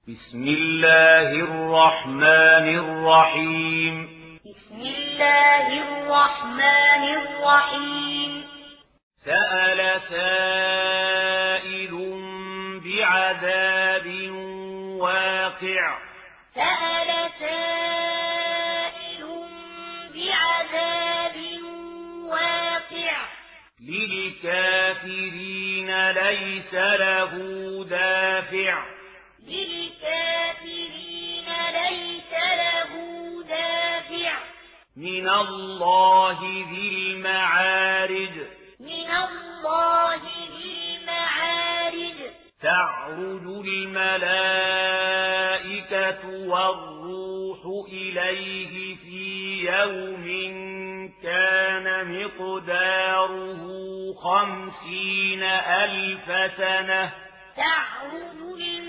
بسم الله الرحمن الرحيم. بسم الله الرحمن الرحيم. سأل سائل بعذاب واقع. سأل سائل بعذاب واقع. للكافرين ليس له دافع. للكافرين ليس له دافع. من الله ذي المعارج. من الله ذي المعارج. تعرج الملائكة والروح إليه في يوم كان مقداره 50,000 سنة. تعرج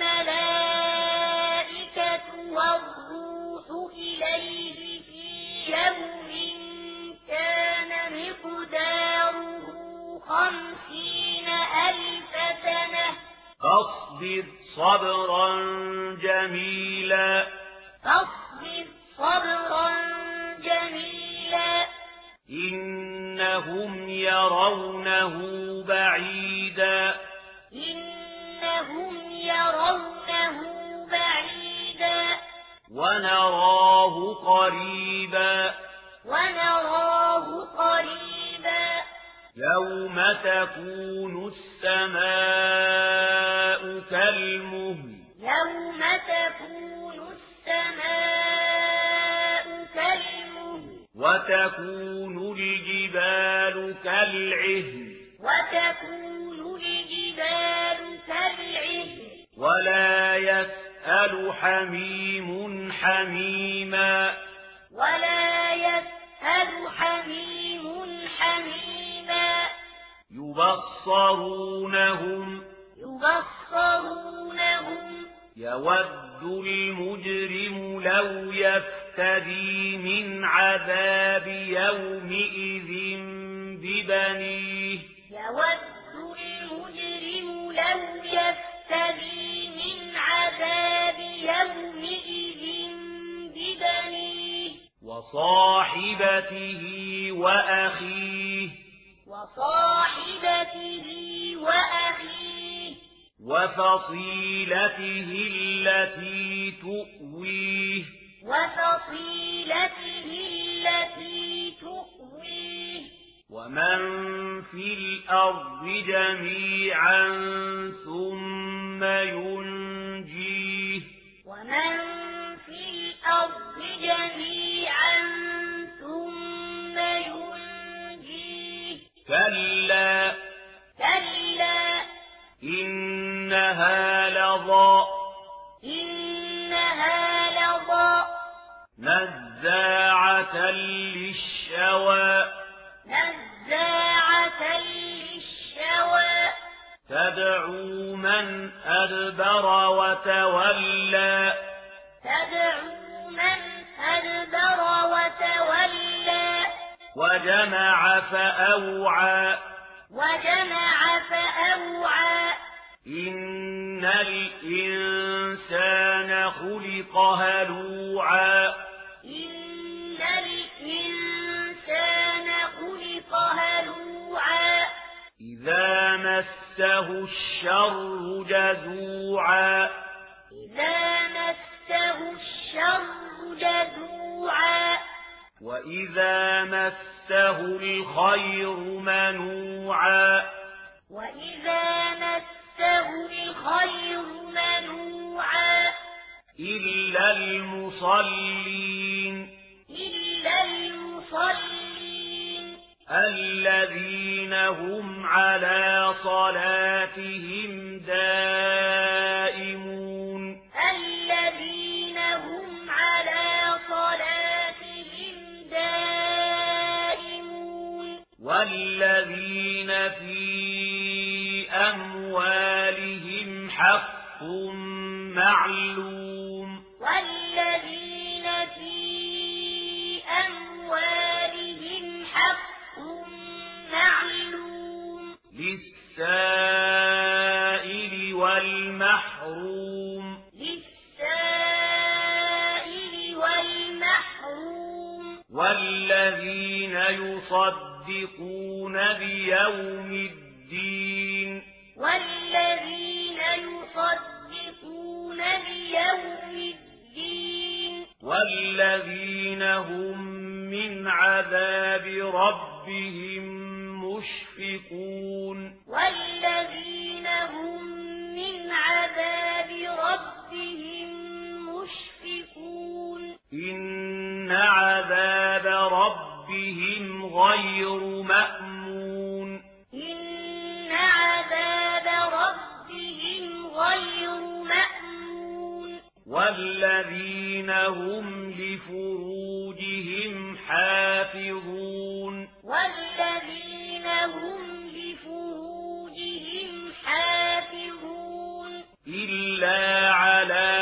الملائكة والروح إليه في يوم كان مقداره 50,000 سنة. فاصبر صبرا جميلا. فاصبر صبرا جميلا. إنهم يرونه بعيدا. إنهم يرونه بعيدا. ونراه قريبا. ونراه قريبا. يوم تكون السماء كالمهل. يوم تكون السماء كالمهل. وتكون الجبال كالعهن. وتكون الجبال كالعهن. ولا يسأل حميم حميما. ولا يسأل حميم حميما. يبصرونهم. يبصرونهم. يود المجرم لو يفتدي من عذاب يومئذ ببنيه. يود المجرم لو يفتدي من عذاب يومئذ ببنيه. وصاحبته وأخيه. وصاحبته وأخيه. وفصيلته التي تؤويه. وفصيلته التي تؤويه. ومن في الأرض جميعا ثم ينجيه. ومن في الأرض جميعا ثم ينجيه. كلا. كلا. إنها لظى. إنها لظى. نزاعة للشوى. نزاعة للشوى. تدعو من أدبر وتولى. تدعو من أدبر وتولى. وجمع فأوعى. وجمع فأوعى. إن الإنسان خلق هلوعا. إن الإنسان خلق هلوعا. إذا مسه الشر جزوعا. إذا مسه الشر جزوعا. وإذا مسه الخير منوعا. وإذا مسه الخير منوعا. إلا المصلين. إلا المصلين. الذين هم على صلاتهم دائمون. الذين هم على صلاتهم دائمون. والذين في أموالهم حق معلوم. والذين في أموالهم حق معلوم. للسائل والمحروم. يصدقون بيوم الدين والذين يصدقون بيوم الدين والذين هم من عذاب ربهم مشفقون والذين هم من عذاب ربهم مشفقون إن عذاب ربهم غير مأمون إن عذاب ربهم غير مأمون والذين هم لفروجهم حافظون والذين هم لفروجهم حافظون إلا على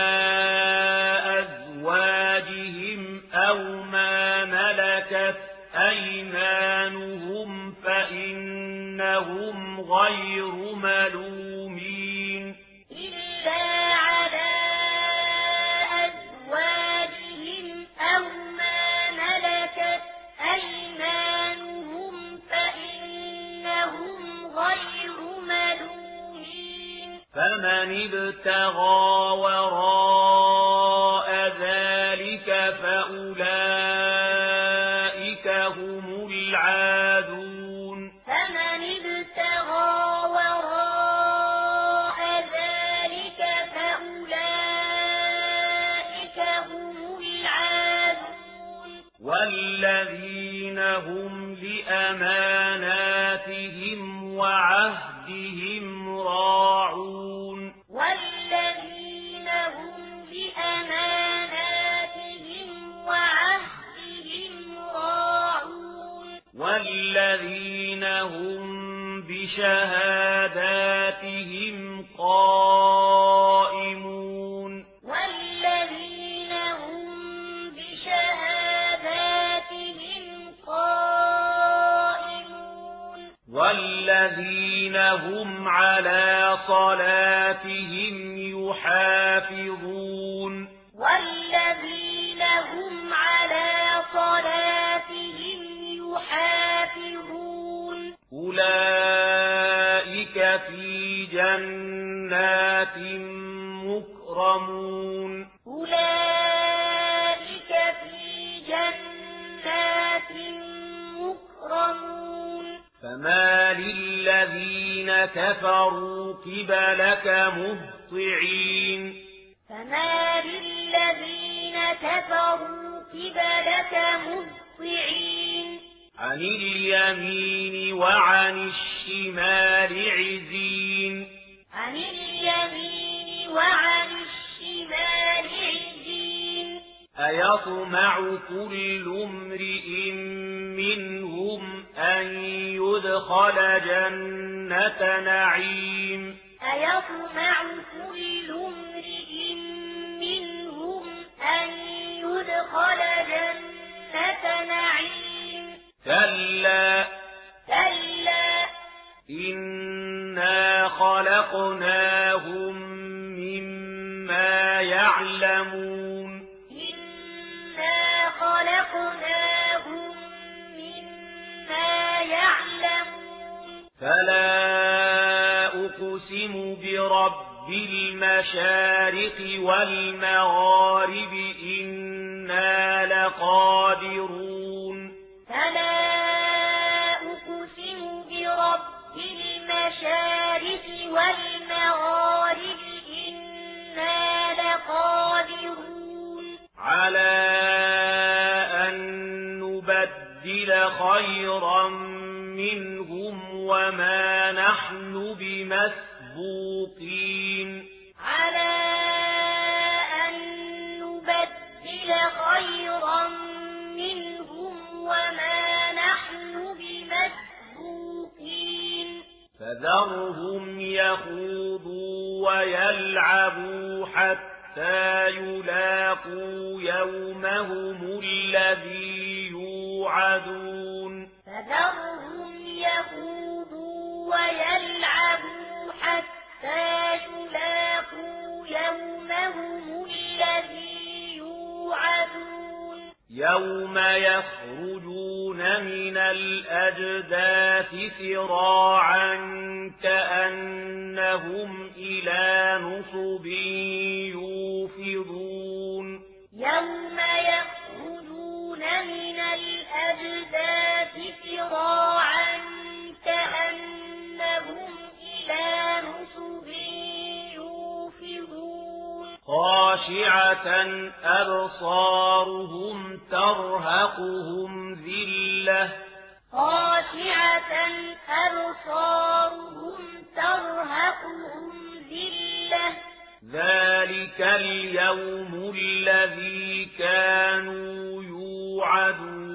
أزواجهم أو ما ملكت أيمانهم فإنهم غير ملومين إلا على أزواجهم أو ما ملكت أيمانهم فإنهم غير ملومين فمن ابتغى وراء ذلك فأولئك هم العادون فمن ابتغى وراء ذلك فأولئك هم العادون والذين هم لأماناتهم وعهدهم راعون والذين هم لأماناتهم وعهدهم راعون والذين هم بشهاداتهم قائمون والذين هم بشهاداتهم قائمون والذين هم على صلاتهم يحافظون والذين هم على صلاتهم يحافظون أولئك في جنات مكرمون أولئك في جنات مكرمون فما للذين كفروا قبلك مهطعين فما للذين كفروا قبلك مهطعين عن اليمين وعن الشمال عزين عن اليمين وعن الشمال عزين أيطمع كل امرئ منهم أن يدخل جنة نعيم أيطمع كل امرئ منهم أن يدخل جنة نعيم كلا كلا إنا خلقناهم مما يعلمون إنا خلقناهم مما يعلمون فلا أقسم برب المشارق والمغارب إنا لقادرون فلا أقسم برب المشارق والمغارب إنا لقادرون على أن نبدل خيرا منهم وما نحن بمسبوقين على أن نبدل خيرا منهم وما نحن بمسبوقين فذرهم يخوضوا ويلعبوا حتى يلاقوا يومهم الذي يوعدون فذرهم يخوضوا ويلعبوا حتى يلاقوا يومهم الذي يوعدون يوم يخرجون من الأجداث سراعا كأنهم إلى نصب يوفضون يوم يخرجون من الأجداث سراعا كأنهم إلى نصب يوفضون خاشعة أبصارهم ترهقهم ذلة خاشعة أبصارهم ترهقهم ذلة ذلك اليوم الذي كانوا يوعدون